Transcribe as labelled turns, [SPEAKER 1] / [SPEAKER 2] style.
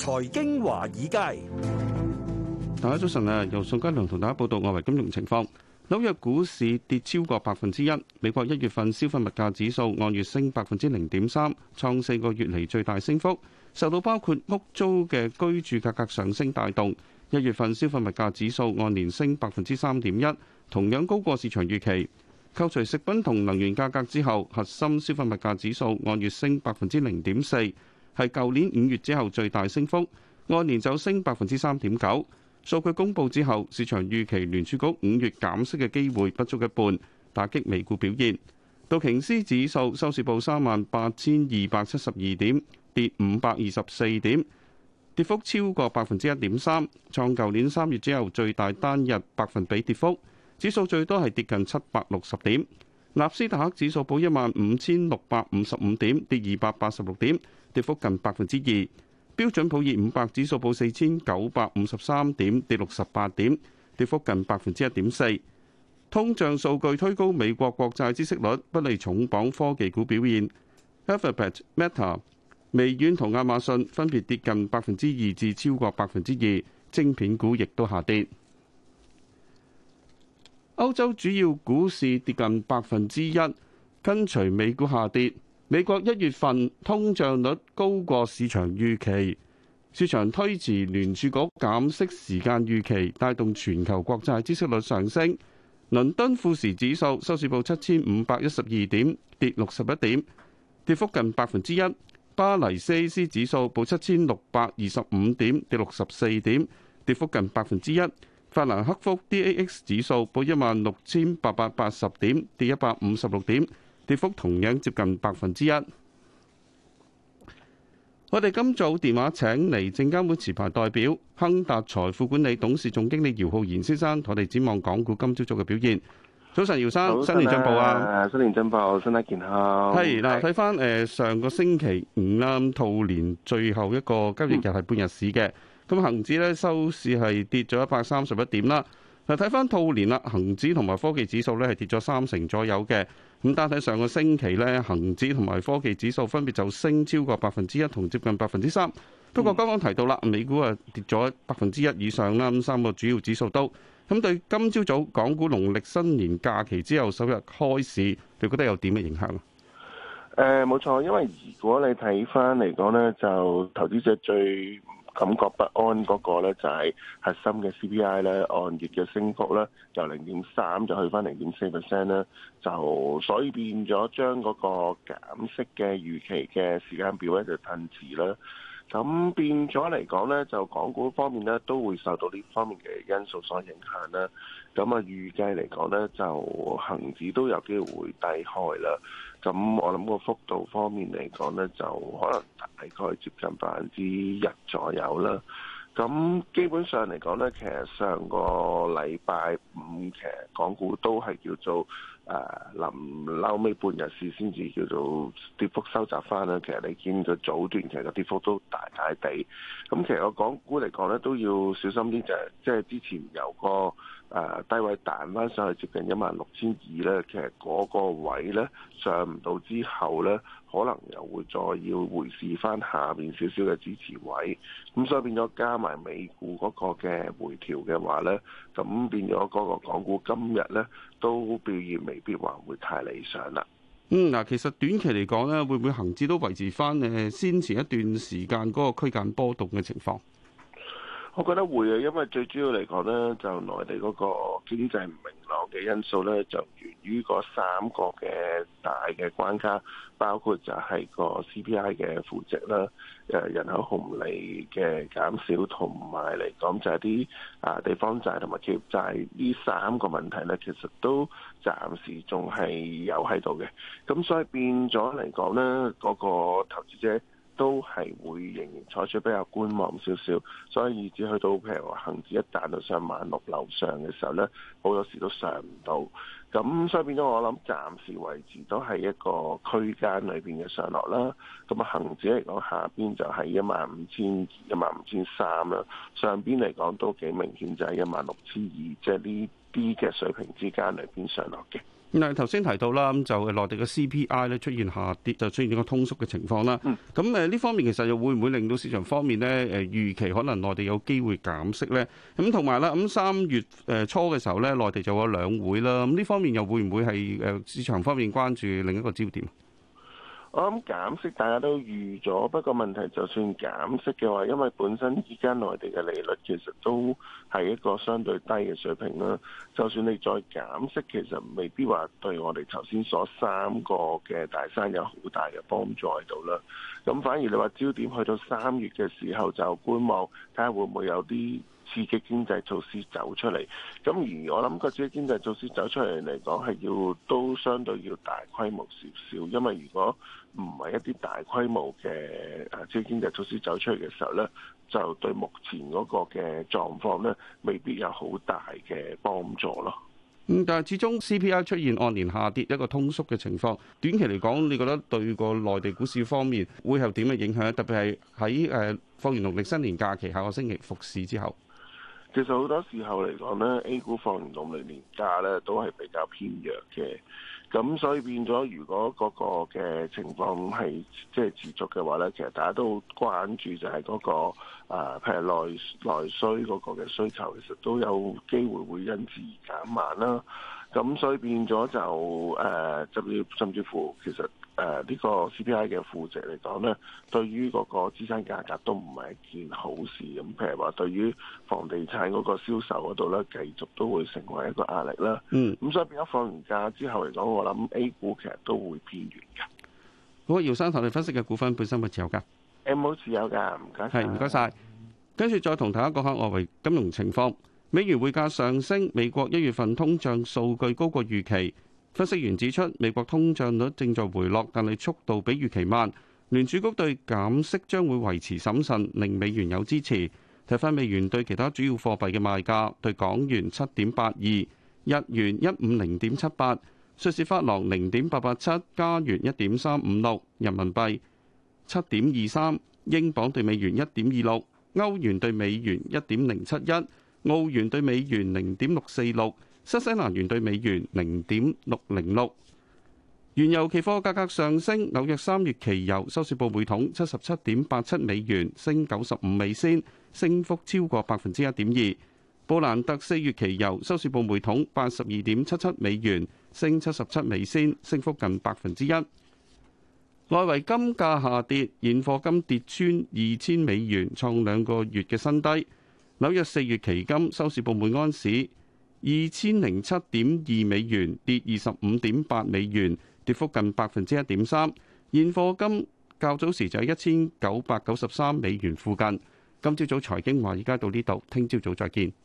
[SPEAKER 1] 財經華爾街，
[SPEAKER 2] 大家早晨啊！由宋嘉良同大家報道外圍金融情況。紐約股市跌超過1%，美國1月份消費物價指數按月升0.3%，創4個月嚟最大升幅，受到包括屋租嘅居住價格上升帶動。1月份消費物價指數按年升3.1%，同樣高過市場預期。扣除食品同能源價格之後，核心消費物價指數按月升0.4%，係舊年5月之後最大升幅，按年就升3.9%。數據公佈之後，市場預期聯儲局5月減息嘅機會不足一半，打擊美股表現。道瓊斯指數收市報38,272點，跌524點，跌幅超過1.3%，創舊年3月之後最大單日百分比跌幅。指數最多係跌近760點。納斯達克指數報15,655點，跌286點，跌幅近2%。標準普爾500指數報4,953點，跌68點，跌幅近1.4%。通脹數據推高美國國債孳息率，不利重磅科技股表現。Alphabet、Meta、微軟同亞馬遜分別跌近2%至超過2%，晶片股亦都下跌。歐洲主要股市跌近1%，跟隨美股下跌。美國1月份通脹率高過市場預期，市場推遲聯儲局減息時間預期，帶動全球國債孳息率上升。倫敦富時指數收市報7,512點，跌61點，跌幅近1%。巴黎 CAC 指數報7,625點，跌64點，跌幅近1%。法蘭克福 DAX 指數報16,880點，跌156點，跌幅同樣接近1%。我哋今早電話請嚟證監會持牌代表亨達財富管理董事總經理姚浩然先生，同我哋展望港股今朝早嘅表現。早晨，姚生，新年進步啊！
[SPEAKER 3] 新年進步，身體健康。
[SPEAKER 2] 係嗱，睇翻上個星期五啦，兔年最後一個交易日係半日市嘅。咁恒指咧收市係跌咗131點啦。嗱，睇翻兔年啦，恒指同埋科技指數咧係跌咗30%左右嘅。咁單睇上個星期咧，恒指同埋科技指數分別就升超過1%同接近3%。不過剛剛提到啦，美股啊跌咗1%以上啦，咁三個主要指數都咁。對今朝早港股農曆新年假期之後首日開市，你覺得有點嘅影響啊？
[SPEAKER 3] 冇錯，因為如果你睇翻嚟講咧，就投資者最感覺不安嗰個咧就係核心嘅 CPI 咧，按月嘅升幅咧由0.3就去翻0.4% 啦，就所以變咗將嗰個減息嘅預期嘅時間表咧就褪遲啦。咁變咗嚟講咧，就港股方面咧都會受到呢方面嘅因素所影響啦。咁啊預計嚟講咧，就恒指都有機會會低開啦。咁我諗個幅度方面嚟講咧，就可能大概接近1%左右啦。咁基本上嚟講咧，其實上個禮拜五其實港股都係叫做臨嬲尾半日市先至叫做跌幅收窄翻啦。其實你見個早段其實個跌幅都大大地。咁其實個港股嚟講咧都要小心啲，就係即係之前有個低位彈翻上去接近16,200咧，其實嗰個位咧上唔到之後咧，可能又會再要回試翻下面少少嘅支持位，咁所以變咗加埋美股嗰個嘅回調嘅話咧，咁變咗嗰個港股今日咧都表現未必話會太理想啦。
[SPEAKER 2] 嗱，其實短期嚟講咧，會唔會恒指都維持翻先前一段時間嗰個區間波動嘅情況？
[SPEAKER 3] 我覺得會啊，因為最主要嚟講咧，就內地嗰個經濟唔明朗嘅因素咧，就源於嗰3個嘅大嘅關卡，包括就係個 CPI 嘅負值啦，人口紅利嘅減少，同埋嚟講就係啲地方債同埋企業債呢3個問題咧，其實都暫時仲係有喺度嘅。咁所以變咗嚟講咧，嗰個投資者都係會仍然採取比較觀望少少，所以以至去到譬如話恒指一彈到上16,000樓上嘅時候咧，好多時都上唔到。咁所以變咗我諗暫時維持都係一個區間裏邊嘅上落啦。咁啊恒指嚟講下邊就係15,200、15,300啦，上邊嚟講都幾明顯就係16,200，即係呢啲嘅水平之間裏邊上落嘅。
[SPEAKER 2] 嗱，頭先提到啦，咁就內地嘅 CPI 咧出現下跌，就出現一個通縮嘅情況啦。咁呢方面其實又會唔會令到市場方面呢預期可能內地有機會減息咧？咁同埋啦，咁3月初嘅時候咧，內地就有兩會啦。咁呢方面又會唔會係市場方面關注另一個焦點？
[SPEAKER 3] 我諗減息大家都預咗，不過問題就算減息嘅話，因為本身依家內地嘅利率其實都係一個相對低嘅水平啦。就算你再減息，其實未必話對我哋頭先所3個嘅大山有好大嘅幫助喺度啦。咁反而你話焦點去到3月嘅時候就觀望，睇下會唔會有啲刺激經濟措施走出嚟。咁而我諗個刺激經濟措施走出嚟嚟講係要都相對要大規模少少，因為如果唔係一啲大規模嘅刺激經濟措施走出嚟嘅時候呢，就對目前嗰個嘅狀況呢，未必有好大嘅幫助咯。
[SPEAKER 2] 但係始終 CPI 出現按年下跌一個通縮嘅情況，短期嚟講，你覺得對個內地股市方面會有點嘅影響？特別係喺放完農曆新年假期下個星期復市之後。
[SPEAKER 3] 其實好多時候嚟講呢 A 股放完農曆年假呢都係比較偏弱嘅，咁所以變咗，如果嗰個嘅情況係即係持續嘅話呢，其實大家都關注就係嗰個譬如內需嗰個嘅需求，其實都有機會會因此而減慢啦。咁所以變咗就甚至乎其實呢個 CPI 嘅負值嚟講呢，對於嗰個資產價格都唔係一件好事。咁譬如話，對於房地產嗰個銷售嗰度呢，繼續都會成為一個壓力啦。咁所以變咗放完假之後嚟講，我諗 A 股其實都會偏軟㗎。
[SPEAKER 2] 好，姚生同你分析嘅股份本身係持有㗎
[SPEAKER 3] ，冇持有㗎，唔該晒。
[SPEAKER 2] 係唔該晒。跟住再同大家講下外圍金融情況。美元匯價上升，美國1月份通脹數據高過預期。分析員指出，美國通脹率正在回落，但係速度比預期慢。聯儲局對減息將會維持審慎，令美元有支持。睇返美元對其他主要貨幣嘅賣價，對港元7.82，日元150.78，瑞士法郎0.887，加元1.356，人民幣7.23，英鎊對美元1.26，歐元對美元1.071。澳元對美元0.646，新西蘭元對美元0.606。原油期貨價格上升，紐約3月期油收市報每桶77.87美元，升95美仙，升幅超過1.2%。布蘭特4月期油收市報每桶82.77美元，升77美仙，升幅近1%。外圍金價下跌，現貨金跌穿2000美元，創2個月嘅新低。紐約4月期金收市報每安士2007.2美元，跌25.8美元，跌幅近1.3%。現貨金較早時就喺1993美元附近。今朝早財經華爾街到呢度，聽朝早再見。